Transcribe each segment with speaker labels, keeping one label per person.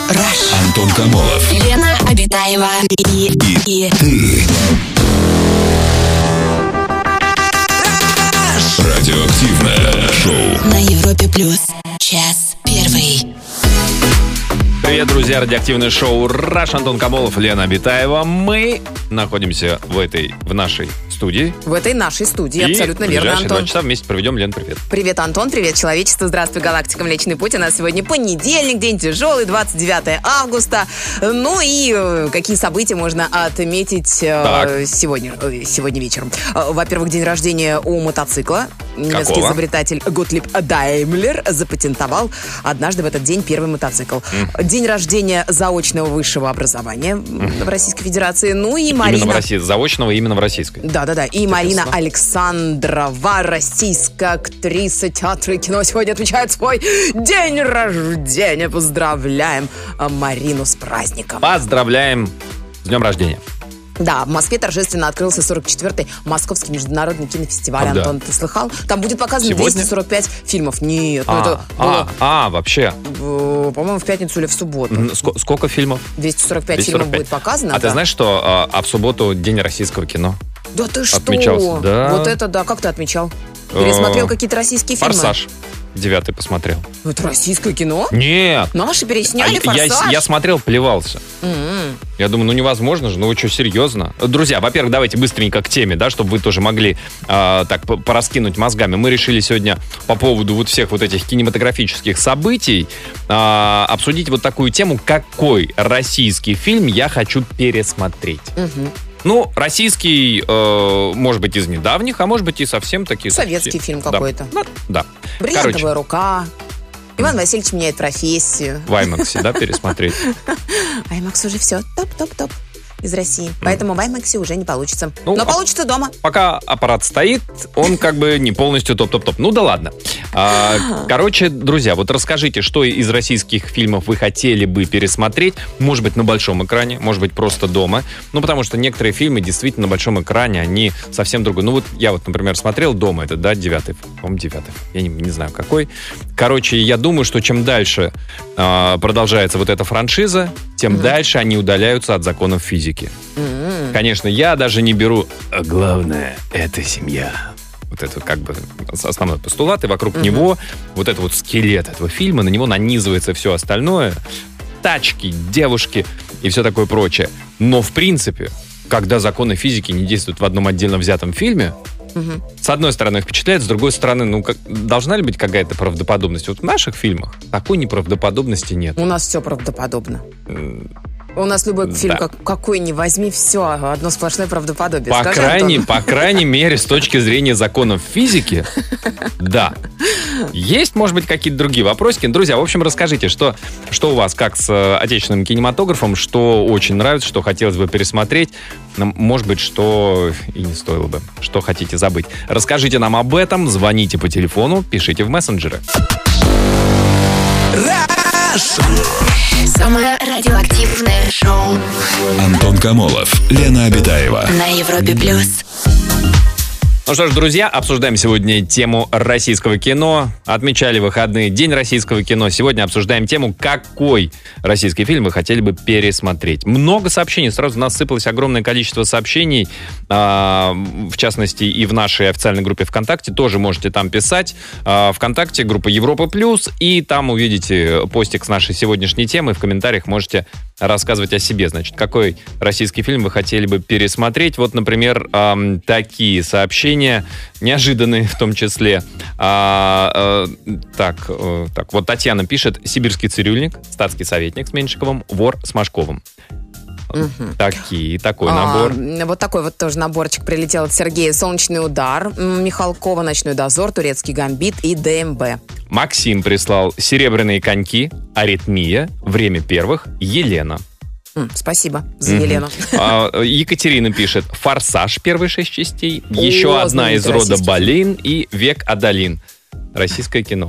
Speaker 1: Антон Камолов,
Speaker 2: Лена Обитаева
Speaker 1: и ты. Радиоактивное шоу
Speaker 2: на Европе Плюс. Час первый.
Speaker 3: Привет, друзья, радиоактивное шоу «Раш». Антон Камолов, Лена Обитаева. Мы находимся в нашей студии.
Speaker 4: В этой нашей студии,
Speaker 3: И
Speaker 4: абсолютно верно,
Speaker 3: ближайшие
Speaker 4: Антон.
Speaker 3: 2 часа вместе проведем. Лен, привет.
Speaker 4: Привет, Антон, привет, человечество, здравствуй, галактика Млечный Путь. У нас сегодня понедельник, день тяжелый, 29 августа. Ну и какие события можно отметить сегодня вечером? Во-первых, день рождения у мотоцикла. Немецкий изобретатель Готлиб Даймлер запатентовал однажды в этот день первый мотоцикл. День рождения заочного высшего образования в Российской Федерации. Ну и Марина...
Speaker 3: Именно в России, заочного именно в российской.
Speaker 4: Да-да-да. И Марина Александрова, российская актриса театра и кино, сегодня отмечает свой день рождения. Поздравляем Марину с праздником.
Speaker 3: Поздравляем с днем рождения.
Speaker 4: Да, в Москве торжественно открылся 44-й Московский международный кинофестиваль.
Speaker 3: Когда?
Speaker 4: Антон, ты слыхал? Там будет показано
Speaker 3: Сегодня?
Speaker 4: 245 фильмов. Нет, это было,
Speaker 3: вообще.
Speaker 4: по-моему, в пятницу или в субботу.
Speaker 3: Сколько фильмов?
Speaker 4: 245 фильмов будет показано.
Speaker 3: А ты знаешь, что в субботу День российского кино?
Speaker 4: Да ты что?
Speaker 3: Отмечался, да.
Speaker 4: Вот это да. Как ты отмечал? Пересмотрел какие-то российские фильмы?
Speaker 3: «Форсаж» 9 посмотрел.
Speaker 4: Это российское кино?
Speaker 3: Нет.
Speaker 4: Наши пересняли «Форсаж».
Speaker 3: Я смотрел, плевался. Я думаю, невозможно же, вы что, серьезно? Друзья, во-первых, давайте быстренько к теме, да, чтобы вы тоже могли так пораскинуть мозгами. Мы решили сегодня по поводу вот всех вот этих кинематографических событий обсудить вот такую тему, какой российский фильм я хочу пересмотреть. Ну, российский, может быть, из недавних, а может быть, и совсем такие...
Speaker 4: Советский фильм какой-то.
Speaker 3: Да.
Speaker 4: «Бриллиантовая рука». Иван Васильевич меняет профессию.
Speaker 3: В IMAX, да, пересмотреть?
Speaker 4: IMAX уже все топ-топ-топ из России. Поэтому в IMAX уже не получится.
Speaker 3: Ну,
Speaker 4: но получится дома.
Speaker 3: Пока аппарат стоит, он как бы не полностью топ-топ-топ. Ну да ладно. Короче, друзья, вот расскажите, что из российских фильмов вы хотели бы пересмотреть. Может быть, на большом экране, может быть, просто дома. Ну, потому что некоторые фильмы действительно на большом экране, они совсем другие. Ну, вот я вот, например, смотрел «Дома», это, да, 9-й, по-моему, 9-й. Я не знаю, какой. Короче, я думаю, что чем дальше продолжается вот эта франшиза, тем дальше они удаляются от законов физики. Конечно, я даже не беру, а главное, это семья. Вот это как бы основной постулат, и вокруг него вот это вот скелет этого фильма, на него нанизывается все остальное. Тачки, девушки и все такое прочее. Но в принципе, когда законы физики не действуют в одном отдельно взятом фильме, с одной стороны впечатляет, с другой стороны, должна ли быть какая-то правдоподобность? Вот в наших фильмах такой неправдоподобности нет.
Speaker 4: У нас все правдоподобно. У нас любой фильм, какой ни возьми, все, одно сплошное правдоподобие.
Speaker 3: По крайней мере, с точки зрения законов физики, да. Есть, может быть, какие-то другие вопросики. Друзья, в общем, расскажите, что у вас, как с отечественным кинематографом, что очень нравится, что хотелось бы пересмотреть, может быть, что и не стоило бы, что хотите забыть. Расскажите нам об этом, звоните по телефону, пишите в мессенджеры.
Speaker 2: Самое радиоактивное шоу
Speaker 1: Антон Камолов, Лена Обитаева
Speaker 2: на Европе Плюс.
Speaker 3: Ну что ж, друзья, обсуждаем сегодня тему российского кино. Отмечали выходные День российского кино. Сегодня обсуждаем тему, какой российский фильм вы хотели бы пересмотреть. Много сообщений. Сразу насыпалось огромное количество сообщений. В частности, и в нашей официальной группе ВКонтакте. Тоже можете там писать. ВКонтакте группа Европа Плюс. И там увидите постик с нашей сегодняшней темы. В комментариях можете рассказывать о себе. Значит, какой российский фильм вы хотели бы пересмотреть. Вот, например, такие сообщения. Неожиданные в том числе. Так, вот Татьяна пишет: «Сибирский цирюльник», «Статский советник» с Меньшиковым, «Вор» с Машковым. Такой набор.
Speaker 4: Вот такой вот тоже наборчик прилетел от Сергея. «Солнечный удар», Михалкова, «Ночной дозор», «Турецкий гамбит» и «ДМБ».
Speaker 3: Максим прислал «Серебряные коньки», «Аритмия», «Время первых», «Елена».
Speaker 4: Спасибо за Елену.
Speaker 3: Екатерина пишет: «Форсаж» первые 6 частей, еще одна из рода Болейн и «Век Адалин». Российское кино.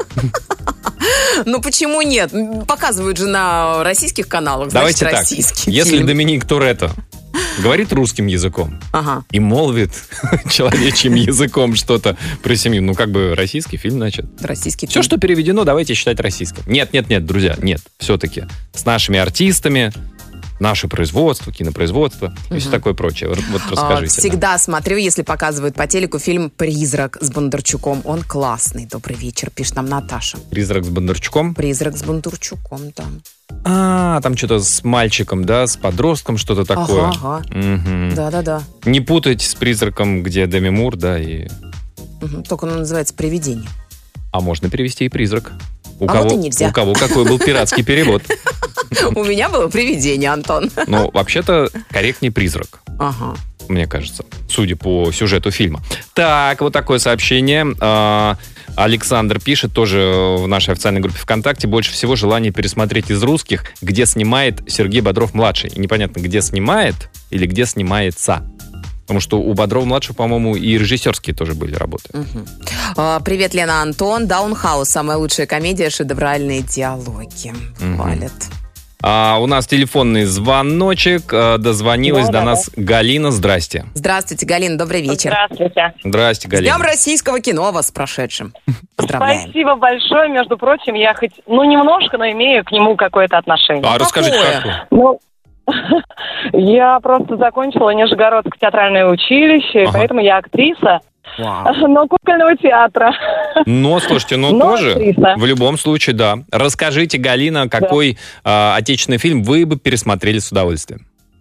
Speaker 4: Ну почему нет? Показывают же на российских каналах.
Speaker 3: Давайте так. Если Доминик Торетто говорит русским языком и молвит человечьим языком что-то про семью. Ну, как бы российский фильм, значит.
Speaker 4: Российский фильм.
Speaker 3: Все, что переведено, давайте считать российским. Нет, друзья, нет. Все-таки с нашими артистами, наше производство, кинопроизводство и все такое прочее. Вот расскажите.
Speaker 4: Всегда смотрю, если показывают по телеку фильм «Призрак» с Бондарчуком. Он классный. Добрый вечер, пишет нам Наташа.
Speaker 3: «Призрак» с Бондарчуком?
Speaker 4: «Призрак» с Бондарчуком, да.
Speaker 3: Там что-то с мальчиком, да, с подростком, что-то такое.
Speaker 4: Ага.
Speaker 3: Угу.
Speaker 4: Да.
Speaker 3: Не путать с «Призраком», где Деми Мур, да, и...
Speaker 4: Только он называется «Привидение».
Speaker 3: А можно перевести и «Призрак».
Speaker 4: Вот и нельзя.
Speaker 3: У кого какой был пиратский перевод.
Speaker 4: У меня было «Привидение», Антон.
Speaker 3: Ну, вообще-то, корректнее «Призрак».
Speaker 4: Ага.
Speaker 3: Мне кажется, судя по сюжету фильма. Так, вот такое сообщение. Александр пишет тоже в нашей официальной группе ВКонтакте. Больше всего желание пересмотреть из русских, где снимает Сергей Бодров-младший. И непонятно, где снимает или где снимается. Потому что у Бодрова-младшего, по-моему, и режиссерские тоже были работы.
Speaker 4: Привет, Лена, Антон. «Даунхаус» — самая лучшая комедия, шедевральные диалоги. Хвалят.
Speaker 3: У нас телефонный звоночек. Дозвонилась до нас Галина. Здрасте.
Speaker 4: Здравствуйте, Галина, добрый вечер.
Speaker 5: Здравствуйте.
Speaker 3: Здрасте, Галина.
Speaker 4: С Днем российского кино вас с прошедшим. Поздравляем.
Speaker 5: Спасибо большое. Между прочим, я хоть, немножко, но имею к нему какое-то отношение.
Speaker 3: Расскажите, какое?
Speaker 5: Я просто закончила Нижегородское театральное училище, и поэтому я актриса. Но кукольного театра.
Speaker 3: Но, слушайте, тоже актриса. В любом случае, да. Расскажите, Галина, какой отечественный фильм вы бы пересмотрели с удовольствием?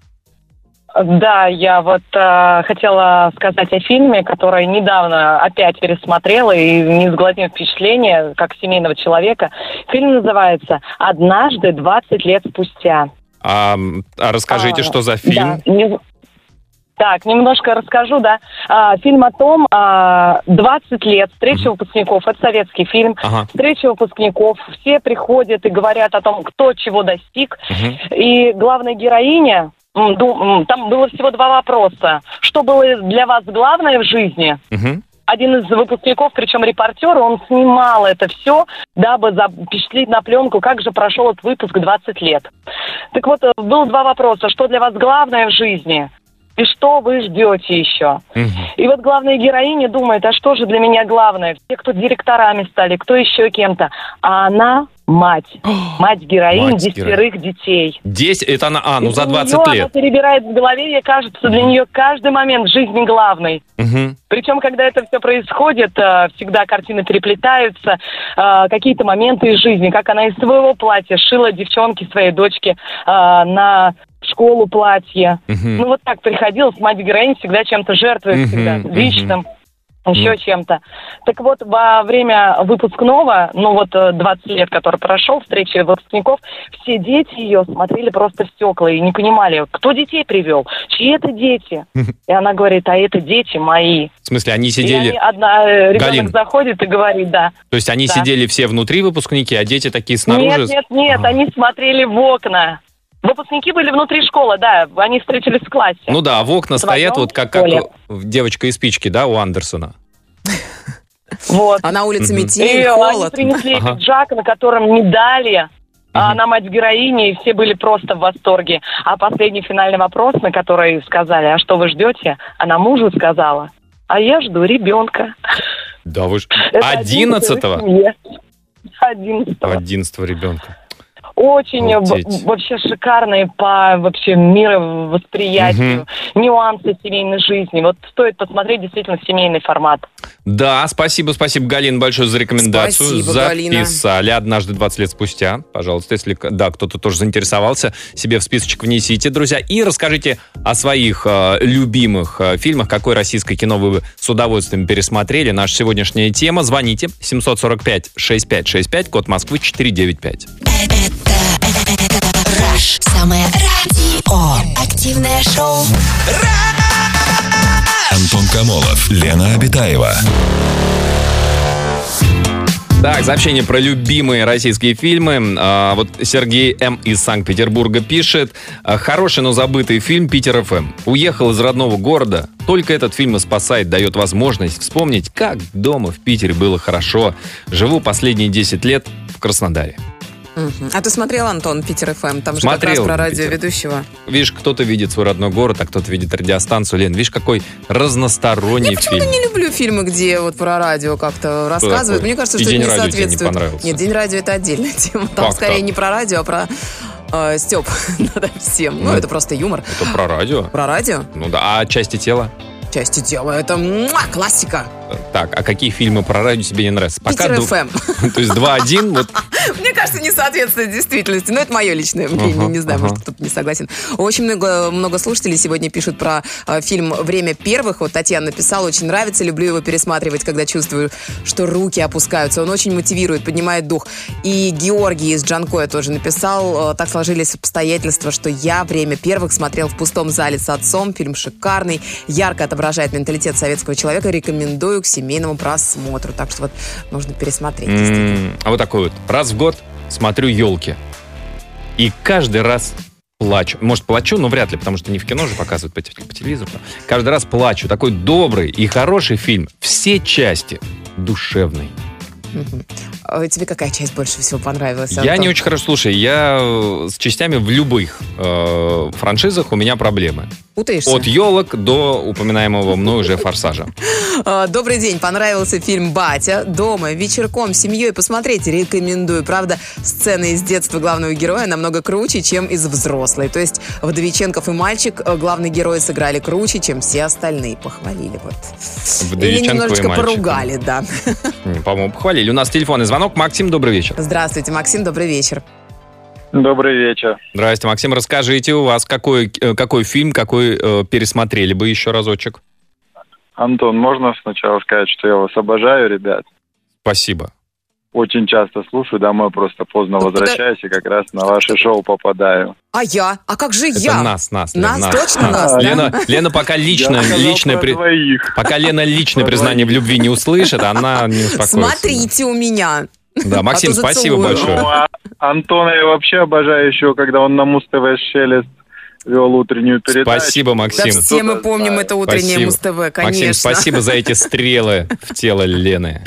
Speaker 5: Да, я хотела сказать о фильме, который недавно опять пересмотрела и не сгладил впечатление, как семейного человека. Фильм называется «Однажды 20 лет спустя».
Speaker 3: А расскажите, что за фильм?
Speaker 5: Да, так, немножко расскажу, да. Фильм о том, 20 лет, встреча выпускников, это советский фильм, встреча выпускников, все приходят и говорят о том, кто чего достиг, и главная героиня, там было всего 2 вопроса. Что было для вас главное в жизни? Один из выпускников, причем репортер, он снимал это все, дабы запечатлеть на пленку, как же прошел этот выпуск 20 лет. Так вот, было 2 вопроса. Что для вас главное в жизни? И что вы ждете еще? И вот главная героиня думает, а что же для меня главное? Все, кто директорами стали, кто еще кем-то. А она мать. Мать героинь 10 детей.
Speaker 3: 10? Это она, за 20 лет.
Speaker 5: Она перебирает в голове, ей кажется, для нее каждый момент в жизни главный. Причем, когда это все происходит, всегда картины переплетаются, какие-то моменты из жизни, как она из своего платья шила девчонке, своей дочке, на школу платье. Вот так приходилось. Мать героинь всегда чем-то жертвует, всегда личным, еще чем-то. Так вот, во время выпускного, 20 лет, который прошел, встречи выпускников, все дети ее смотрели просто в стекла и не понимали, кто детей привел, чьи это дети. И она говорит, а это дети мои.
Speaker 3: В смысле, они сидели...
Speaker 5: Ребенок
Speaker 3: Галин
Speaker 5: заходит и говорит, да.
Speaker 3: То есть они сидели все внутри, выпускники, а дети такие снаружи?
Speaker 5: Нет, они смотрели в окна. Выпускники были внутри школы, да, они встретились в классе.
Speaker 3: В окна стоят, как девочка из спички, да, у Андерсона.
Speaker 4: А на улице метель, холод.
Speaker 5: Они принесли пиджак, на котором медали, она мать героини, и все были просто в восторге. А последний финальный вопрос, на который сказали, а что вы ждете? Она мужу сказала, а я жду ребенка.
Speaker 3: Да вы ж... 11-го? 11-го ребенка.
Speaker 5: Очень вообще шикарные по мировосприятию, нюансы семейной жизни. Вот стоит посмотреть действительно семейный формат.
Speaker 3: Да, спасибо, Галина, большое за рекомендацию.
Speaker 4: Спасибо,
Speaker 3: записали.
Speaker 4: Галина.
Speaker 3: «Однажды 20 лет спустя». Пожалуйста, если кто-то тоже заинтересовался, себе в списочек внесите, друзья. И расскажите о своих любимых фильмах, какое российское кино вы с удовольствием пересмотрели. Наша сегодняшняя тема. Звоните 745-6565, код Москвы 495.
Speaker 2: Rush. Самое радио. Активное шоу.
Speaker 1: Антон Камолов, Лена Обитаева.
Speaker 3: Так, сообщение про любимые российские фильмы. Вот Сергей М. из Санкт-Петербурга пишет. Хороший, но забытый фильм «Питер ФМ». Уехал из родного города. Только этот фильм и спасает, дает возможность вспомнить, как дома в Питере было хорошо. Живу последние 10 лет в Краснодаре.
Speaker 4: А ты смотрел, Антон, Питер ФМ? Там же как раз про радиоведущего.
Speaker 3: Видишь, кто-то видит свой родной город, а кто-то видит радиостанцию. Лен, видишь, какой разносторонний фильм.
Speaker 4: Я почему-то не люблю фильмы, где вот про радио как-то рассказывают. Мне кажется, что это не соответствует.
Speaker 3: Тебе не понравился?
Speaker 4: Нет, День радио — это отдельная тема. Там скорее не про радио, а про Степ надо всем. Ну, это просто юмор.
Speaker 3: Это про радио?
Speaker 4: Про радио?
Speaker 3: Ну да, а «Части тела»?
Speaker 4: «Части тела» — это классика.
Speaker 3: Так, а какие фильмы про радио тебе не нравятся?
Speaker 4: Питер ФМ.
Speaker 3: То есть 2-1. Вот.
Speaker 4: Мне кажется, не соответствует действительности. Но это мое личное мнение. Не знаю, может, кто-то не согласен. Очень много слушателей сегодня пишут про фильм «Время первых». Вот Татьяна написала, очень нравится, люблю его пересматривать, когда чувствую, что руки опускаются. Он очень мотивирует, поднимает дух. И Георгий из Джанкоя тоже написал, так сложились обстоятельства, что я «Время первых» смотрел в пустом зале с отцом. Фильм шикарный, ярко отображает менталитет советского человека. Рекомендую к семейному просмотру. Так что вот нужно пересмотреть.
Speaker 3: А вот такой вот. Раз в год смотрю «Елки». И каждый раз плачу. Может, плачу, но вряд ли, потому что не в кино же показывают по телевизору. Каждый раз плачу. Такой добрый и хороший фильм. Все части душевный.
Speaker 4: Тебе какая часть больше всего понравилась, Антон?
Speaker 3: Я не очень хорошо. Слушай, я с частями в любых франшизах у меня проблемы.
Speaker 4: Путаешься?
Speaker 3: От «Елок» до упоминаемого мной уже «Форсажа».
Speaker 4: Добрый день. Понравился фильм «Батя». Дома, вечерком, с семьей посмотреть рекомендую. Правда, сцены из детства главного героя намного круче, чем из взрослой. То есть Вдовиченков и мальчик главные герои сыграли круче, чем все остальные. Похвалили вот. Или немножечко поругали, да.
Speaker 3: По-моему, похвалили. У нас телефонный звонок. Максим, добрый вечер.
Speaker 4: Здравствуйте, Максим, добрый вечер.
Speaker 6: Добрый вечер.
Speaker 3: Здрасте, Максим. Расскажите, у вас какой фильм, какой пересмотрели бы еще разочек?
Speaker 6: Антон, можно сначала сказать, что я вас обожаю, ребят?
Speaker 3: Спасибо.
Speaker 6: Очень часто слушаю, домой просто поздно возвращаюсь и как раз на ваше шоу попадаю.
Speaker 4: А я? А как же я?
Speaker 3: Это нас.
Speaker 4: Нас, точно нас, да?
Speaker 3: Лена пока личное пока Лена личное признание в любви не услышит, она не успокоится.
Speaker 4: Смотрите у меня.
Speaker 3: Да, Максим, спасибо большое.
Speaker 6: Ну, а Антона я вообще обожаю еще, когда он на Муз-ТВ «Шелест» вел утреннюю передачу.
Speaker 3: Спасибо, Максим.
Speaker 4: Да, все мы помним это утреннее Муз-ТВ, конечно.
Speaker 3: Максим, спасибо за эти стрелы в тело Лены.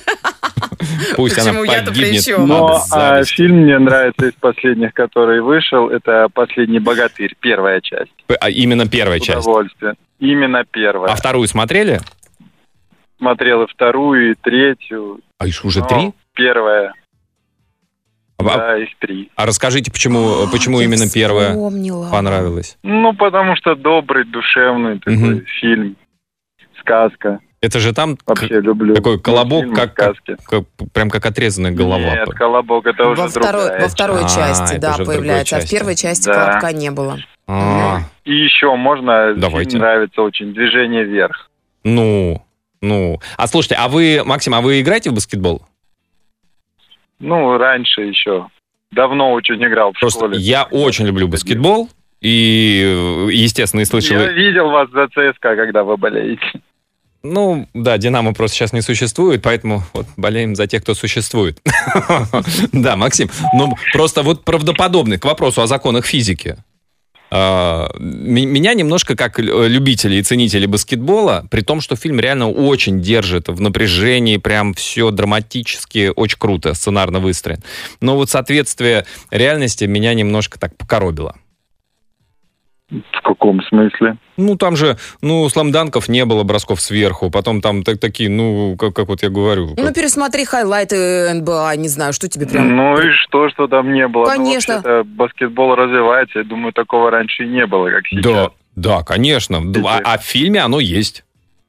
Speaker 3: Пусть
Speaker 4: почему
Speaker 3: она погибнет.
Speaker 6: Но фильм мне нравится из последних, который вышел. Это «Последний богатырь», первая часть.
Speaker 3: Именно первая часть?
Speaker 6: Удовольствие. Именно первая.
Speaker 3: А вторую смотрели?
Speaker 6: Смотрел и вторую, и третью.
Speaker 3: А их уже 3?
Speaker 6: Первая. Да, их 3.
Speaker 3: А расскажите, почему именно первая понравилась?
Speaker 6: Ну, потому что добрый, душевный такой фильм. Сказка.
Speaker 3: Это же там
Speaker 6: вообще люблю
Speaker 3: такой колобок, прям как отрезанная голова.
Speaker 6: Нет, колобок это уже другая.
Speaker 4: Во второй части, да, появляется. А в первой части колобка не было.
Speaker 6: И еще можно, фильм нравится очень, «Движение вверх».
Speaker 3: Ну. А слушайте, Максим, вы играете в баскетбол?
Speaker 6: Ну, раньше еще. Давно очень играл в школе.
Speaker 3: Я очень люблю баскетбол. И, естественно, и слышал...
Speaker 6: Я видел вас за ЦСКА, когда вы болеете.
Speaker 3: Ну, да, «Динамо» просто сейчас не существует, поэтому вот болеем за тех, кто существует. Да, Максим, ну просто вот правдоподобный к вопросу о законах физики. Меня немножко как любители и ценители баскетбола, при том, что фильм реально очень держит в напряжении, прям все драматически, очень круто, сценарно выстроен. Но вот соответствие реальности меня немножко так покоробило.
Speaker 6: В каком смысле?
Speaker 3: Ну, там же, сламданков не было, бросков сверху, потом там такие, как вот я говорю.
Speaker 4: Ну, пересмотри хайлайты НБА, не знаю, что тебе прям...
Speaker 6: Ну и что там не было?
Speaker 4: Конечно.
Speaker 6: Ну, баскетбол развивается, я думаю, такого раньше и не было, как сейчас.
Speaker 3: Да, конечно. А в фильме оно есть.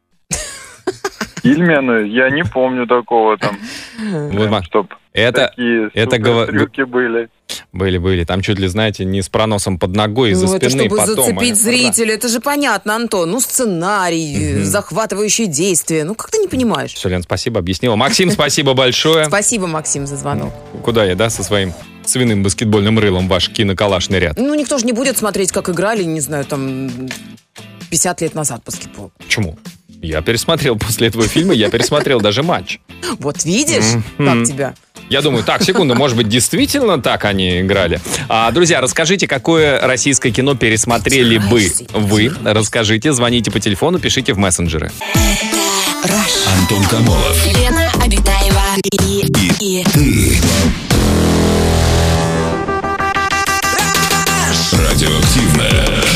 Speaker 6: В фильме я не помню такого там, чтоб такие трюки были.
Speaker 3: Были. Там чуть ли, знаете, не с проносом под ногой, из-за спины.
Speaker 4: Это чтобы
Speaker 3: потом
Speaker 4: зацепить зрителя, это же понятно, Антон. Сценарий, захватывающие действия. Как ты не понимаешь?
Speaker 3: Все, Лен, спасибо, объяснила. Максим, спасибо большое.
Speaker 4: Спасибо, Максим, за звонок.
Speaker 3: Куда я, со своим свиным баскетбольным рылом ваш кинокалашный ряд?
Speaker 4: Никто же не будет смотреть, как играли, не знаю, 50 лет назад баскетбол.
Speaker 3: Почему? Я пересмотрел после этого фильма, даже матч.
Speaker 4: Вот видишь, как тебя...
Speaker 3: Я думаю, секунду, может быть, действительно так они играли. Друзья, расскажите, какое российское кино пересмотрели бы вы. Расскажите, звоните по телефону, пишите в мессенджеры.
Speaker 1: Антон Камолов.
Speaker 2: Лена Обитаева и ты.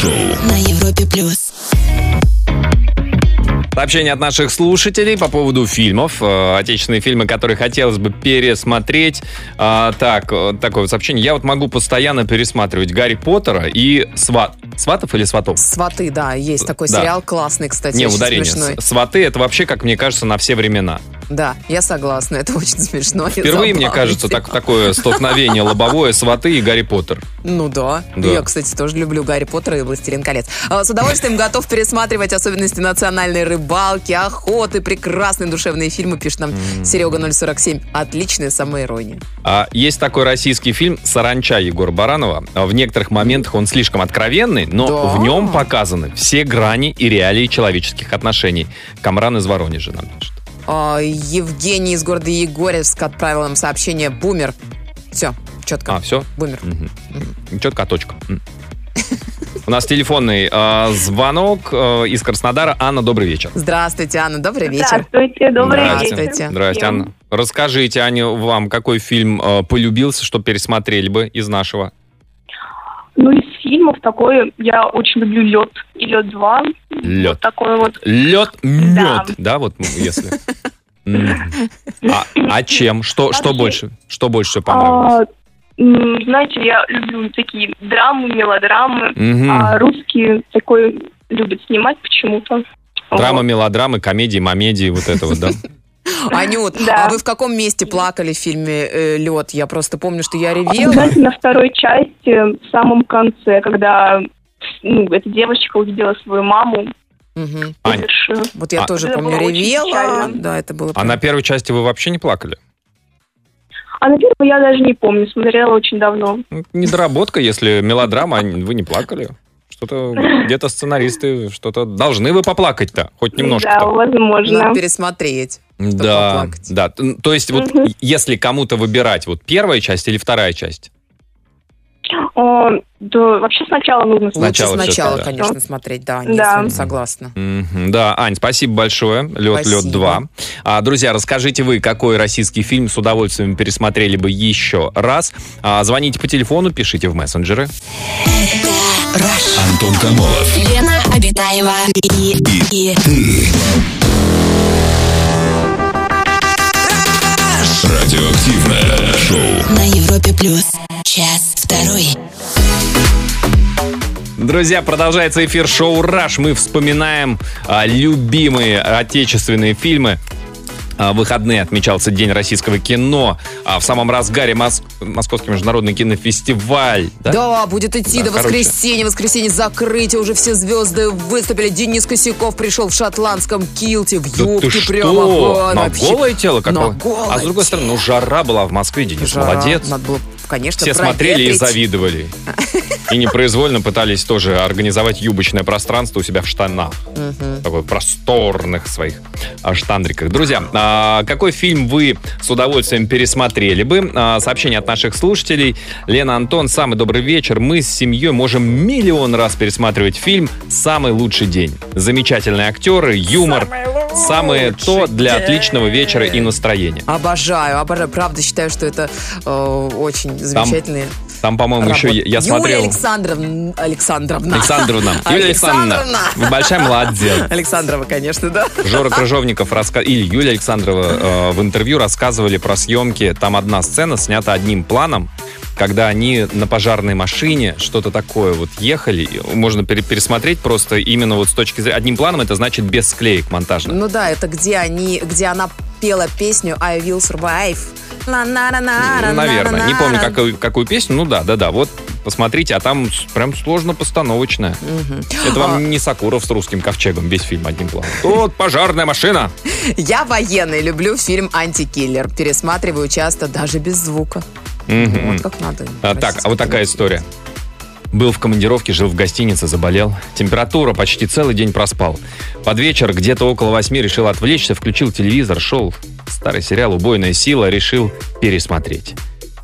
Speaker 1: Шоу
Speaker 2: на Европе плюс.
Speaker 3: Сообщение от наших слушателей по поводу фильмов. Отечественные фильмы, которые хотелось бы пересмотреть. Такое вот сообщение. Я вот могу постоянно пересматривать Гарри Поттера и Сватов или Сватов?
Speaker 4: Сваты, да, есть такой сериал классный, кстати,
Speaker 3: не,
Speaker 4: очень
Speaker 3: ударение.
Speaker 4: смешной.
Speaker 3: Сваты — это вообще, как мне кажется, на все времена.
Speaker 4: Да, я согласна, это очень смешно.
Speaker 3: Впервые, мне кажется, такое столкновение лобовое Сваты и Гарри Поттер.
Speaker 4: Ну да. Я, кстати, тоже люблю Гарри Поттера и Властелин колец. С удовольствием готов пересматривать особенности национальной рыбалки, охоты, прекрасные душевные фильмы, пишет нам Серега 047. Отличная самоирония.
Speaker 3: Есть такой российский фильм «Саранча» Егора Баранова. В некоторых моментах он слишком откровенный, но в нем показаны все грани и реалии человеческих отношений. Камран из Воронежа нам пишет.
Speaker 4: Евгений из города Егорьевск отправил нам сообщение «Бумер». Все, четко.
Speaker 3: Все?
Speaker 4: Бумер.
Speaker 3: Четко, точка. У нас телефонный звонок из Краснодара. Анна, добрый вечер.
Speaker 4: Здравствуйте, Анна, добрый вечер.
Speaker 5: Здравствуйте, добрый вечер.
Speaker 3: Здравствуйте, Анна. Расскажите, Аня, вам какой фильм полюбился, что пересмотрели бы из нашего?
Speaker 5: Из фильмов такой я очень люблю «Лед» и «Лед 2».
Speaker 3: Лед.
Speaker 5: Вот такой вот.
Speaker 3: Лед, мед. Да, вот если. А чем? Что больше всего понравилось?
Speaker 5: Знаете, я люблю такие драмы, мелодрамы, а русские такой любят снимать почему-то.
Speaker 3: Драма, мелодрамы, комедии, мамедии, вот это вот, да?
Speaker 4: Анют, а вы в каком месте плакали в фильме «Лед»? Я просто помню, что я ревела.
Speaker 5: Знаете, на второй части, в самом конце, когда эта девочка увидела свою маму.
Speaker 3: Ань,
Speaker 4: вот я тоже помню, ревела. Да, это было.
Speaker 3: А на первой части вы вообще не плакали?
Speaker 5: А на первой я даже не помню, смотрела очень давно.
Speaker 3: Недоработка, если мелодрама, вы не плакали. Что-то где-то сценаристы что-то должны вы поплакать-то, хоть немножко-то.
Speaker 5: Да, возможно.
Speaker 4: Надо пересмотреть.
Speaker 3: Да. То есть вот если кому-то выбирать, вот первая часть или вторая часть?
Speaker 5: Да, вообще сначала нужно смотреть.
Speaker 4: Лучше сначала, конечно, смотреть, да, я с вами согласна.
Speaker 3: Да, Ань, спасибо большое. «Лед», «Лед 2». Друзья, расскажите вы, какой российский фильм с удовольствием пересмотрели бы еще раз. Звоните по телефону, пишите в мессенджеры.
Speaker 1: Антон Камолов,
Speaker 2: Лена Обитаева и
Speaker 1: ты. Радиоактивное шоу
Speaker 2: на Европе плюс. Час второй.
Speaker 3: Друзья, продолжается эфир шоу «Раш». Мы вспоминаем любимые отечественные фильмы. В выходные отмечался День российского кино. В самом разгаре Московский международный кинофестиваль.
Speaker 4: Да, будет идти до воскресенья. Воскресенье закрытие. Уже все звезды выступили. Денис Косяков пришел в шотландском килте, в юбке прямо.
Speaker 3: На голое тело?
Speaker 4: На
Speaker 3: а с другой стороны, жара была в Москве. Денис молодец.
Speaker 4: Надо было, конечно,
Speaker 3: все смотрели и завидовали. И непроизвольно пытались тоже организовать юбочное пространство у себя в штанах. Такой просторных своих штандриках. Друзья, какой фильм вы с удовольствием пересмотрели бы? Сообщение от наших слушателей. Лена, Антон, самый добрый вечер. Мы с семьей можем миллион раз пересматривать фильм «Самый лучший день». Замечательные актеры, юмор. Самое то для отличного вечера и настроения.
Speaker 4: Обожаю. Правда, считаю, что это очень замечательные.
Speaker 3: Там, по-моему, еще я смотрел...
Speaker 4: Юлия Александровна.
Speaker 3: Юлия Александровна. Вы большая молодец.
Speaker 4: Александрова, конечно, да.
Speaker 3: Жора Крыжовников или Юлия Александрова в интервью рассказывали про съемки. Там одна сцена снята одним планом, когда они на пожарной машине что-то такое вот ехали. Можно пересмотреть просто именно вот с точки зрения... Одним планом это значит без склеек монтажных.
Speaker 4: Ну да, это где она пела песню «I will survive».
Speaker 3: Наверное. Не помню, какую песню. Ну да. Вот посмотрите, а там прям сложно-постановочная. Это вам не Сакуров с русским ковчегом, весь фильм одним планом. Вот пожарная машина.
Speaker 4: Я военный, люблю фильм «Антикиллер». Пересматриваю часто, даже без звука. Вот как надо.
Speaker 3: Так, а вот такая история. Был в командировке, жил в гостинице, заболел. Температура, почти целый день проспал. Под вечер, где-то около 8 решил отвлечься, включил телевизор, шел старый сериал «Убойная сила», решил пересмотреть.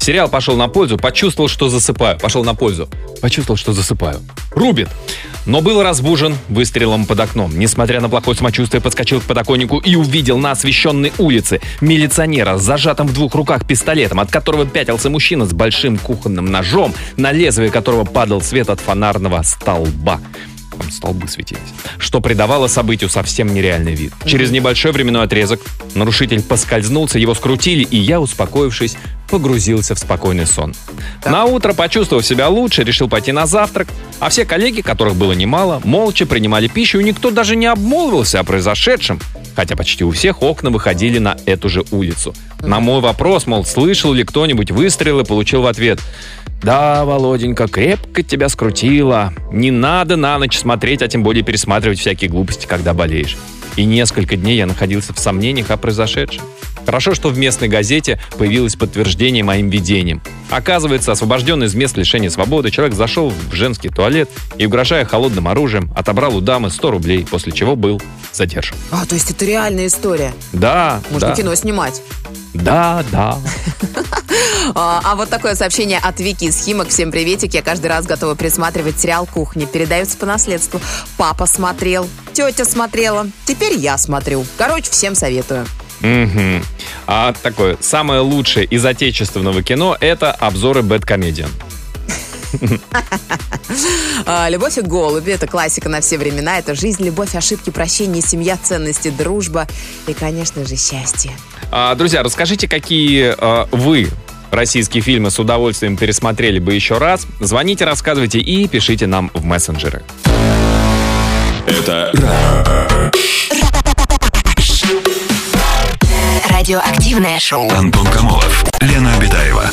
Speaker 3: Сериал пошел на пользу, почувствовал, что засыпаю. Пошел на пользу, почувствовал, что засыпаю. Рубит. Но был разбужен выстрелом под окном. Несмотря на плохое самочувствие, подскочил к подоконнику и увидел на освещенной улице милиционера с зажатым в двух руках пистолетом, от которого пятился мужчина с большим кухонным ножом, на лезвие которого падал свет от фонарного столба. Там столбы светились, что придавало событию совсем нереальный вид. Через небольшой временной отрезок нарушитель поскользнулся, его скрутили, и я, успокоившись, погрузился в спокойный сон. На утро, почувствовав себя лучше, решил пойти на завтрак, а все коллеги, которых было немало, молча принимали пищу, и никто даже не обмолвился о произошедшем, хотя почти у всех окна выходили на эту же улицу. На мой вопрос, мол, слышал ли кто-нибудь выстрелы, получил в ответ: «Да, Володенька, крепко тебя скрутило. Не надо на ночь смотреть, а тем более пересматривать всякие глупости, когда болеешь». И несколько дней я находился в сомнениях о произошедшем. Хорошо, что в местной газете появилось подтверждение моим видениям. Оказывается, освобожденный из мест лишения свободы, человек зашел в женский туалет и, угрожая холодным оружием, отобрал у дамы 100 рублей, после чего был задержан.
Speaker 4: То есть это реальная история?
Speaker 3: Да.
Speaker 4: Можно кино снимать?
Speaker 3: Да.
Speaker 4: А вот такое сообщение от Вики из Химок. Всем приветик. Я каждый раз готова пересматривать сериал «Кухня». Передается по наследству. Папа смотрел, тетя смотрела, теперь я смотрю. Короче, всем советую.
Speaker 3: Угу. А такое, самое лучшее из отечественного кино — это обзоры «Бэдкомедиан».
Speaker 4: «Любовь и голуби» — это классика на все времена. Это жизнь, любовь, ошибки, прощение, семья, ценности, дружба и, конечно же, счастье.
Speaker 3: Друзья, расскажите, какие вы российские фильмы с удовольствием пересмотрели бы еще раз. Звоните, рассказывайте и пишите нам в мессенджеры.
Speaker 1: Это
Speaker 2: Радиоактивное шоу.
Speaker 1: Антон Камолов, Лена Обитаева.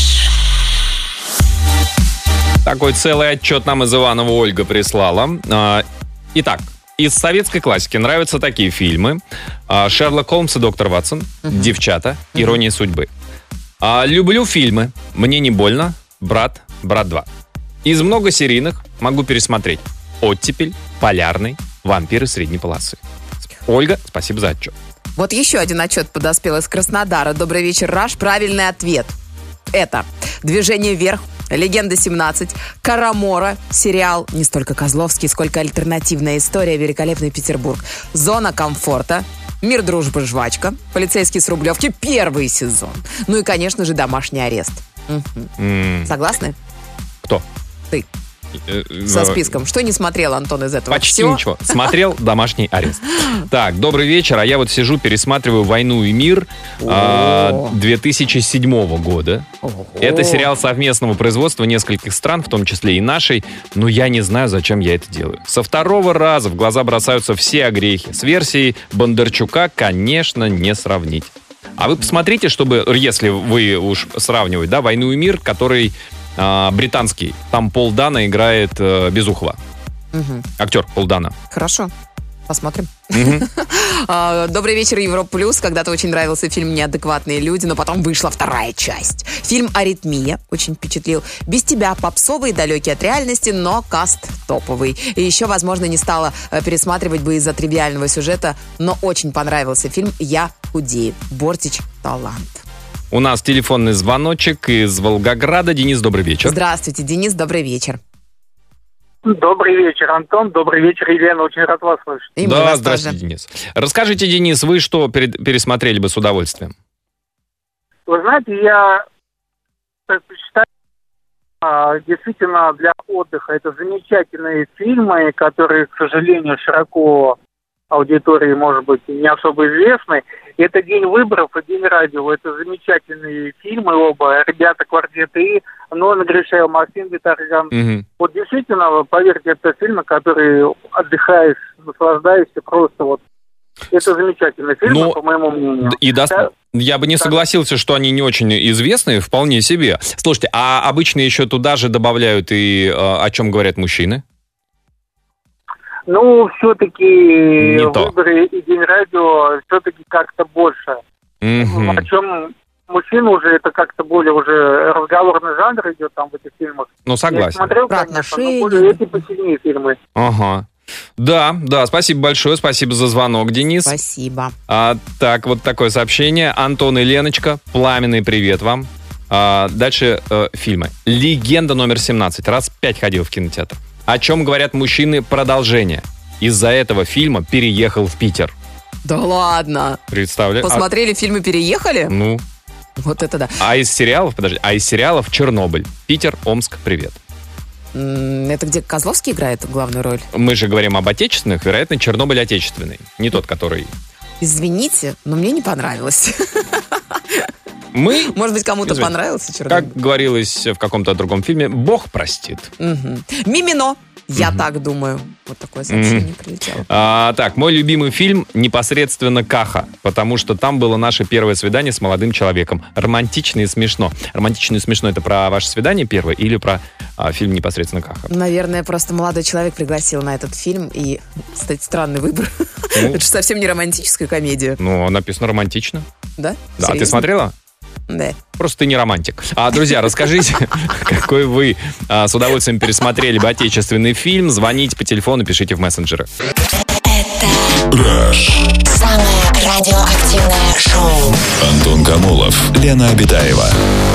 Speaker 3: Такой целый отчет нам из Иванова Ольга прислала. Итак, из советской классики нравятся такие фильмы: «Шерлок Холмс и доктор Ватсон», «Девчата», «Ирония судьбы». Люблю фильмы «Мне не больно», «Брат», «Брат 2». Из многосерийных могу пересмотреть «Оттепель», «Полярный», «Вампиры средней полосы». Ольга, спасибо за отчет.
Speaker 4: Вот еще один отчет подоспел из Краснодара. Добрый вечер, Раш. Правильный ответ. Это «Движение вверх», «Легенда 17», «Карамора», сериал не столько Козловский, сколько альтернативная история, «Великолепный Петербург», «Зона комфорта», «Мир, дружба, жвачка», «Полицейский с Рублевки», первый сезон. Ну и, конечно же, «Домашний арест». Согласны?
Speaker 3: Кто?
Speaker 4: Ты. Со списком. Что не смотрел, Антон, из этого?
Speaker 3: Почти
Speaker 4: Все?
Speaker 3: ничего. Смотрел «Домашний арест». Так, добрый вечер. А я вот сижу, пересматриваю «Войну и мир» 2007 года. Это сериал совместного производства нескольких стран, в том числе и нашей. Но я не знаю, зачем я это делаю. Со второго раза в глаза бросаются все огрехи. С версией Бондарчука, конечно, не сравнить. А вы посмотрите, чтобы, если вы уж сравнивать, да, «Войну и мир», который британский. Там Пол Дана играет Безухова. Актер Пол Дана.
Speaker 4: Хорошо. Посмотрим. Добрый вечер, Европа Плюс. Когда-то очень нравился фильм «Неадекватные люди», но потом вышла вторая часть. Фильм «Аритмия» очень впечатлил. Без тебя попсовый, далекий от реальности, но каст топовый. И еще, возможно, не стала пересматривать бы из-за тривиального сюжета, но очень понравился фильм «Я худею». Бортич талант.
Speaker 3: У нас телефонный звоночек из Волгограда. Денис, добрый вечер.
Speaker 4: Здравствуйте, Денис, добрый вечер.
Speaker 7: Добрый вечер, Антон. Добрый вечер, Елена. Очень рад вас слышать.
Speaker 4: И
Speaker 3: да, здравствуйте, тоже. Денис. Расскажите, Денис, вы что пересмотрели бы с удовольствием?
Speaker 7: Вы знаете, я предпочитаю действительно для отдыха. Это замечательные фильмы, которые, к сожалению, широко аудитории, может быть, не особо известны. Это «День выборов» и «День радио». Это замечательные фильмы оба. Ребята «Квартет И», Нона Гришева, Максим Виторган. Вот действительно, поверьте, это фильмы, которые отдыхаешь, наслаждаешься просто вот. Это замечательные фильмы, по моему мнению.
Speaker 3: И я бы не согласился, что они не очень известные, вполне себе. Слушайте, а обычно еще туда же добавляют и о чем говорят мужчины?
Speaker 7: Ну, все-таки «Выборы» и «День радио» все-таки как-то больше. О чем мужчина уже, это как-то более уже разговорный жанр идет там в этих фильмах.
Speaker 3: Ну, согласен.
Speaker 7: Я смотрел, конечно, но более эти посильнее фильмы.
Speaker 3: Ага. Да, спасибо большое, спасибо за звонок, Денис.
Speaker 4: Спасибо.
Speaker 3: Так, вот такое сообщение. Антон и Леночка, пламенный привет вам. Дальше фильмы. «Легенда номер 17». Раз 5 ходил в кинотеатр. «О чем говорят мужчины» продолжение. Из-за этого фильма переехал в Питер.
Speaker 4: Да ладно?
Speaker 3: Представляешь?
Speaker 4: Посмотрели фильм и переехали?
Speaker 3: Ну.
Speaker 4: Вот это да.
Speaker 3: А из сериалов «Чернобыль». Питер, Омск, привет.
Speaker 4: Это где Козловский играет главную роль?
Speaker 3: Мы же говорим об отечественных, вероятно, «Чернобыль» отечественный. Не тот, который...
Speaker 4: Извините, но мне не понравилось. Может быть, кому-то понравился «Чернобыль».
Speaker 3: Как говорилось в каком-то другом фильме, Бог простит.
Speaker 4: Мимино. Я так думаю. Вот такое сообщение прилетело.
Speaker 3: Так, мой любимый фильм непосредственно «Каха», потому что там было наше первое свидание с молодым человеком. Романтично и смешно. Романтично и смешно — это про ваше свидание первое или про фильм непосредственно «Каха»?
Speaker 4: Наверное, просто молодой человек пригласил на этот фильм, и, кстати, странный выбор. Это же совсем не романтическая комедия.
Speaker 3: Ну, написано романтично.
Speaker 4: Да?
Speaker 3: Да, ты смотрела?
Speaker 4: Да.
Speaker 3: Просто ты не романтик. Друзья, расскажите, какой вы с удовольствием пересмотрели бы отечественный фильм. Звоните по телефону, пишите в мессенджеры.
Speaker 2: Это самое радиоактивное шоу.
Speaker 1: Антон Камолов, Лена Обитаева.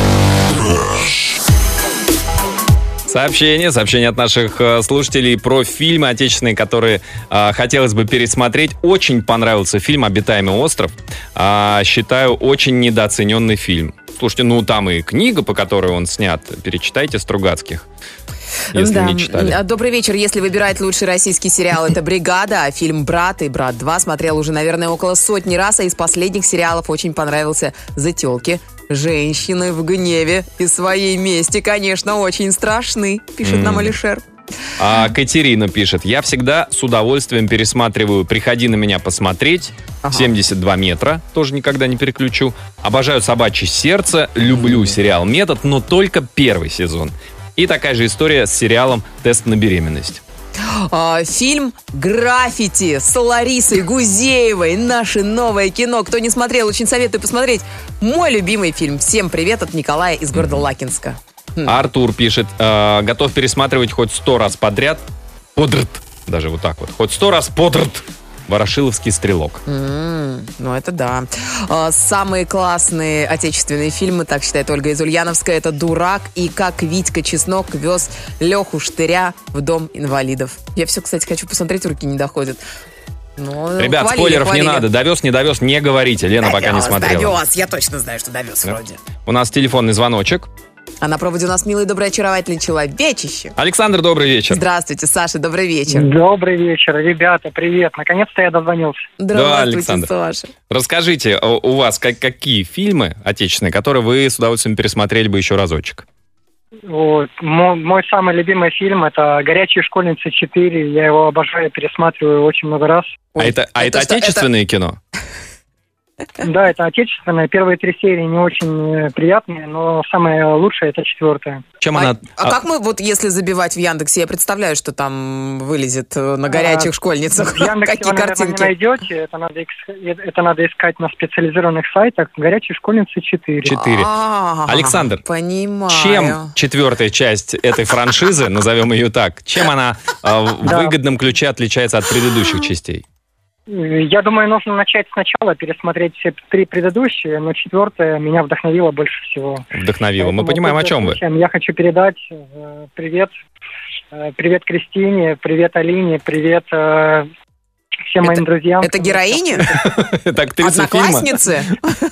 Speaker 3: Сообщение от наших слушателей про фильмы отечественные, которые хотелось бы пересмотреть. Очень понравился фильм «Обитаемый остров». Считаю, очень недооцененный фильм. Слушайте, там и книга, по которой он снят. Перечитайте Стругацких, если не читали.
Speaker 4: Добрый вечер. Если выбирать лучший российский сериал, это «Бригада», а фильм «Брат» и «Брат 2» смотрел уже, наверное, около 100 раз, а из последних сериалов очень понравился «Затёлки». Женщины в гневе и своей мести, конечно, очень страшны, пишет нам Алишер.
Speaker 3: Катерина пишет: я всегда с удовольствием пересматриваю «Приходи на меня посмотреть», 72 метра, тоже никогда не переключу. Обожаю «Собачье сердце», люблю сериал «Метод», но только первый сезон. И такая же история с сериалом «Тест на беременность».
Speaker 4: Фильм «Граффити» с Ларисой Гузеевой. Наше новое кино. Кто не смотрел, очень советую посмотреть. Мой любимый фильм. Всем привет от Николая из города Лакинска.
Speaker 3: Артур пишет: готов пересматривать хоть 100 раз подряд. Даже вот так вот. Хоть 100 раз подряд. «Ворошиловский стрелок».
Speaker 4: Ну, это да. Самые классные отечественные фильмы, так считает Ольга из Ульяновска, это «Дурак» и «Как Витька Чеснок вез Леху Штыря в дом инвалидов». Я все, кстати, хочу посмотреть, руки не доходят.
Speaker 3: Ребят, спойлеров не надо. Довез, не довез, не говорите. Лена пока не смотрела.
Speaker 4: Довез, я точно знаю, что довез вроде.
Speaker 3: У нас телефонный звоночек.
Speaker 4: А на проводе у нас милый, добрый, очаровательный человечище.
Speaker 3: Александр, добрый вечер.
Speaker 4: Здравствуйте, Саша, добрый вечер.
Speaker 7: Добрый вечер, ребята, привет. Наконец-то я дозвонился.
Speaker 4: Здравствуйте,
Speaker 3: Александр.
Speaker 4: Саша.
Speaker 3: Расскажите, у вас какие фильмы отечественные, которые вы с удовольствием пересмотрели бы еще разочек?
Speaker 7: Вот. Мой самый любимый фильм — это «Горячие школьницы 4». Я его обожаю, пересматриваю очень много раз.
Speaker 3: Это отечественное кино?
Speaker 7: Да, это отечественное. Первые 3 серии не очень приятные, но самое лучшее — это 4-я.
Speaker 3: Чем она...
Speaker 4: как мы, вот если забивать в Яндексе, я представляю, что там вылезет на «Горячих школьницах».
Speaker 7: В Яндексе
Speaker 4: какие
Speaker 7: вы, наверное,
Speaker 4: картинки
Speaker 7: не найдете. Это надо искать на специализированных сайтах. «Горячие школьницы 4».
Speaker 3: 4. Александр,
Speaker 4: понимаю.
Speaker 3: Чем 4-я часть этой франшизы, назовем ее так, чем она в выгодном ключе отличается от предыдущих частей?
Speaker 7: Я думаю, нужно начать сначала, пересмотреть все 3 предыдущие, но 4-я меня вдохновила больше всего.
Speaker 3: Вдохновила. Мы понимаем, о чем вы.
Speaker 7: Я хочу передать привет. Привет Кристине, привет Алине, привет всем моим друзьям.
Speaker 4: Это героини?
Speaker 3: Это актриса фильма?
Speaker 4: Одноклассницы?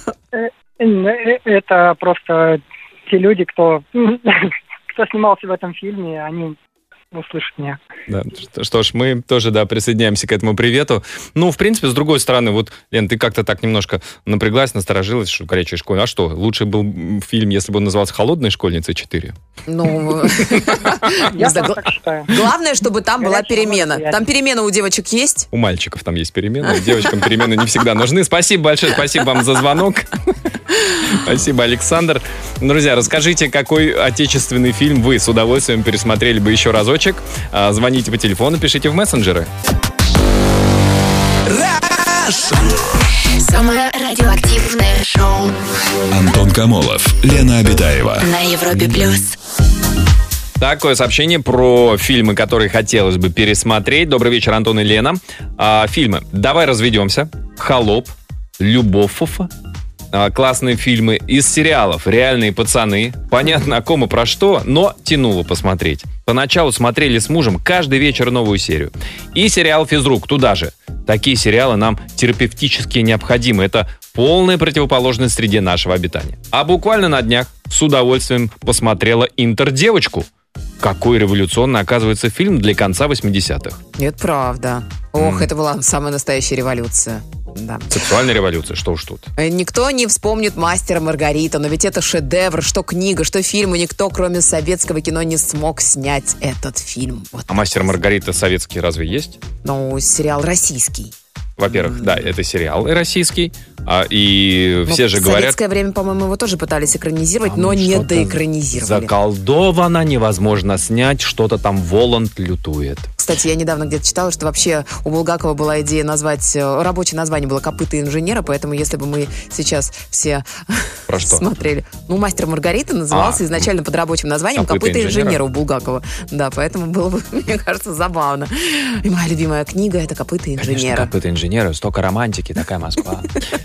Speaker 7: Это просто те люди, кто снимался в этом фильме, они услышат меня.
Speaker 3: Да, что ж, мы тоже, присоединяемся к этому привету. Ну, в принципе, с другой стороны, вот, Лен, ты как-то так немножко напряглась, насторожилась, что «Горячая школьница». А что, лучше был фильм, если бы он назывался «Холодная школьница 4»?
Speaker 4: Ну,
Speaker 7: я так считаю.
Speaker 4: Главное, чтобы там была перемена. Там перемена у девочек есть?
Speaker 3: У мальчиков там есть перемена, девочкам перемены не всегда нужны. Спасибо большое, спасибо вам за звонок. Спасибо, Александр. Друзья, расскажите, какой отечественный фильм вы с удовольствием пересмотрели бы еще разочек. Звоните по телефону, пишите в мессенджеры.
Speaker 2: Самое радиоактивное шоу.
Speaker 1: Антон Камолов, Лена Обитаева.
Speaker 2: На Европе Плюс.
Speaker 3: Такое сообщение про фильмы, которые хотелось бы пересмотреть. Добрый вечер, Антон и Лена. Фильмы «Давай разведемся», «Холоп», «Любовь», классные фильмы. Из сериалов «Реальные пацаны». Понятно, о ком и про что, но тянуло посмотреть. Поначалу смотрели с мужем каждый вечер новую серию. И сериал «Физрук» туда же. Такие сериалы нам терапевтически необходимы. Это полная противоположность среде нашего обитания. А буквально на днях с удовольствием посмотрела «Интердевочку». Какой революционный, оказывается, фильм для конца 80-х.
Speaker 4: Это правда. Ох, это была самая настоящая революция. Да.
Speaker 3: Сексуальная революция, что уж тут.
Speaker 4: Никто не вспомнит «Мастера Маргарита», но ведь это шедевр, что книга, что фильм, и никто, кроме советского кино, не смог снять этот фильм. Вот.
Speaker 3: А «Мастер Маргарита» советский разве есть?
Speaker 4: Ну, сериал российский.
Speaker 3: Во-первых, да, это сериал российский, и все же говорят...
Speaker 4: В советское время, по-моему, его тоже пытались экранизировать, но не доэкранизировали.
Speaker 3: Заколдовано, невозможно снять, что-то там Воланд лютует.
Speaker 4: Кстати, я недавно где-то читала, что вообще у Булгакова была идея назвать... Рабочее название было «Копыта инженера», поэтому если бы мы сейчас все смотрели... Ну, «Мастер Маргарита» назывался изначально под рабочим названием «Копыта инженера» у Булгакова. Да, поэтому было бы, мне кажется, забавно. И моя любимая книга — это «Копыта инженера».
Speaker 3: Конечно, «Копыта инженера». Столько романтики, такая Москва.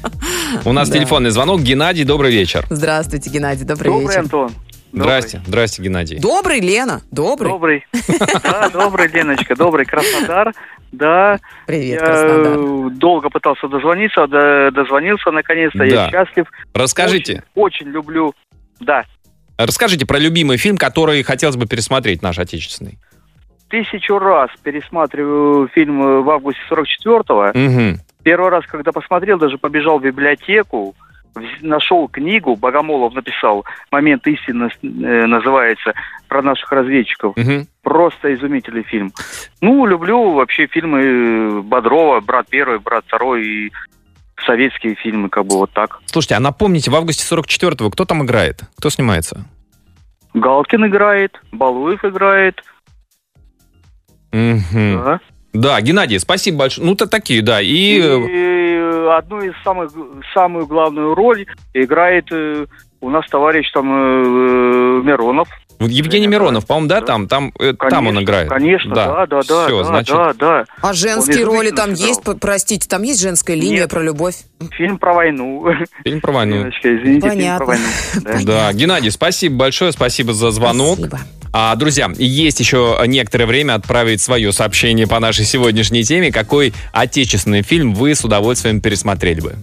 Speaker 3: У нас телефонный звонок. Геннадий, добрый вечер.
Speaker 4: Здравствуйте, Геннадий, добрый вечер.
Speaker 7: Добрый, Антон.
Speaker 3: Здрасте, Геннадий.
Speaker 4: Добрый, Лена, добрый.
Speaker 7: Да, добрый, Леночка, добрый, Краснодар. Да.
Speaker 4: Привет, Краснодар.
Speaker 7: Долго пытался дозвонился наконец-то, я счастлив.
Speaker 3: Расскажите.
Speaker 7: Очень люблю, да.
Speaker 3: Расскажите про любимый фильм, который хотелось бы пересмотреть, наш отечественный.
Speaker 7: 1000 раз пересматриваю фильм в августе 44-го.
Speaker 3: Угу.
Speaker 7: Первый раз, когда посмотрел, даже побежал в библиотеку, нашел книгу, Богомолов написал, «Момент истины» называется, про наших разведчиков.
Speaker 3: Угу.
Speaker 7: Просто изумительный фильм. Ну, люблю вообще фильмы Бодрова, «Брат первый», «Брат второй» и советские фильмы, как бы вот так.
Speaker 3: Слушайте, а напомните, в августе 44-го кто там играет? Кто снимается?
Speaker 7: Галкин играет, Балуев играет.
Speaker 3: Угу. Да, Геннадий, спасибо большое. Ну, то такие, да. И
Speaker 7: одну из самую главную роль играет у нас товарищ там Миронов.
Speaker 3: Евгений Миронов, по-моему, да, там он играет.
Speaker 7: Конечно, да.
Speaker 3: Все, значит.
Speaker 7: Да.
Speaker 4: А женские роли там есть, простите, там есть женская линия про любовь?
Speaker 7: Фильм про войну.
Speaker 3: Фильм про войну.
Speaker 7: Извините,
Speaker 4: понятно.
Speaker 7: Фильм про войну.
Speaker 3: Да, Геннадий, спасибо большое, спасибо за звонок.
Speaker 4: Спасибо.
Speaker 3: Друзья, есть еще некоторое время отправить свое сообщение по нашей сегодняшней теме. Какой отечественный фильм вы с удовольствием пересмотрели бы?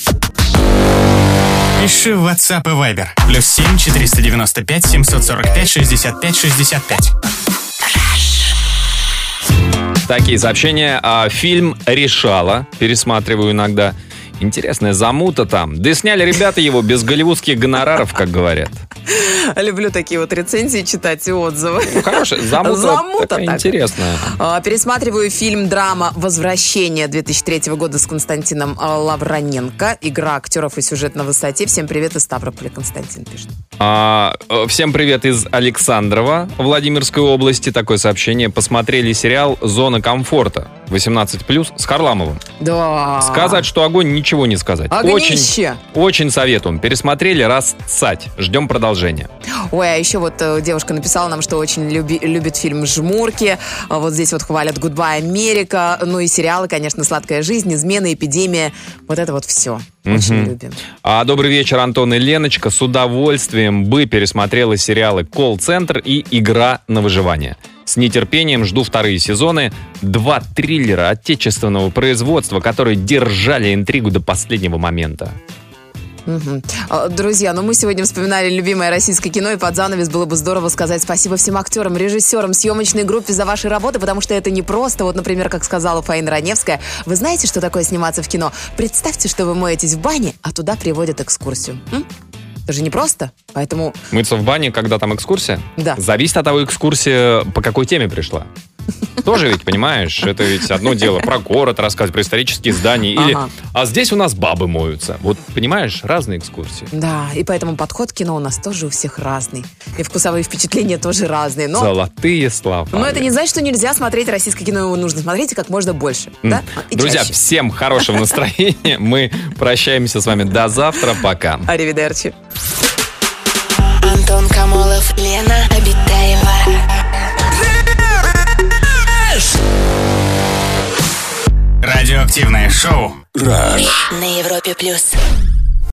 Speaker 8: Пиши в WhatsApp и Viber. +7 495 745 65 65.
Speaker 3: Такие сообщения. Фильм «Решала». Пересматриваю иногда. Интересная замута там. Да и сняли ребята его без голливудских гонораров, как говорят.
Speaker 4: Люблю такие вот рецензии читать и отзывы.
Speaker 3: Ну, хорошая замута такая интересная.
Speaker 4: Пересматриваю фильм-драма «Возвращение» 2003 года с Константином Лавроненко. Игра актеров и сюжет на высоте. Всем привет из Ставрополя, Константин пишет.
Speaker 3: Всем привет из Александрова, Владимирской области. Такое сообщение. Посмотрели сериал «Зона комфорта» 18+, с Харламовым.
Speaker 4: Да.
Speaker 3: Сказать, что огонь, ничего не сказать.
Speaker 4: Огнище.
Speaker 3: Очень советуем. Пересмотрели, рассать. Ждем продолжения.
Speaker 4: Ой, а еще вот девушка написала нам, что очень любит фильм «Жмурки». Вот здесь вот хвалят «Гудбай, Америка». Ну и сериалы, конечно, «Сладкая жизнь», «Измена», «Эпидемия». Вот это вот все. Очень любим.
Speaker 3: Добрый вечер, Антон и Леночка. С удовольствием бы пересмотрела сериалы «Колл-центр» и «Игра на выживание». С нетерпением жду вторые сезоны. 2 триллера отечественного производства, которые держали интригу до последнего момента.
Speaker 4: Друзья, мы сегодня вспоминали любимое российское кино, и под занавес было бы здорово сказать спасибо всем актерам, режиссерам, съемочной группе за ваши работы, потому что это не просто. Вот, например, как сказала Фаина Раневская, вы знаете, что такое сниматься в кино? Представьте, что вы моетесь в бане, а туда приводят экскурсию. Это же не просто, поэтому...
Speaker 3: Мыться в бане, когда там экскурсия?
Speaker 4: Да.
Speaker 3: Зависит от того, экскурсия по какой теме пришла. Тоже ведь, понимаешь, это ведь одно дело про город рассказывать, про исторические здания. Или, а здесь у нас бабы моются. Вот, понимаешь, разные экскурсии.
Speaker 4: Да, и поэтому подход к кино у нас тоже у всех разный. И вкусовые впечатления тоже разные. Но...
Speaker 3: Золотые слова.
Speaker 4: Но это не значит, что нельзя смотреть российское кино. Его нужно смотреть как можно больше. Да?
Speaker 3: Друзья, всем хорошего настроения. Мы прощаемся с вами до завтра. Пока.
Speaker 4: Аривидерчи.
Speaker 2: Антон Камолов, Лена Обитаева.
Speaker 8: Радиоактивное шоу
Speaker 1: Раш.
Speaker 2: На Европе+.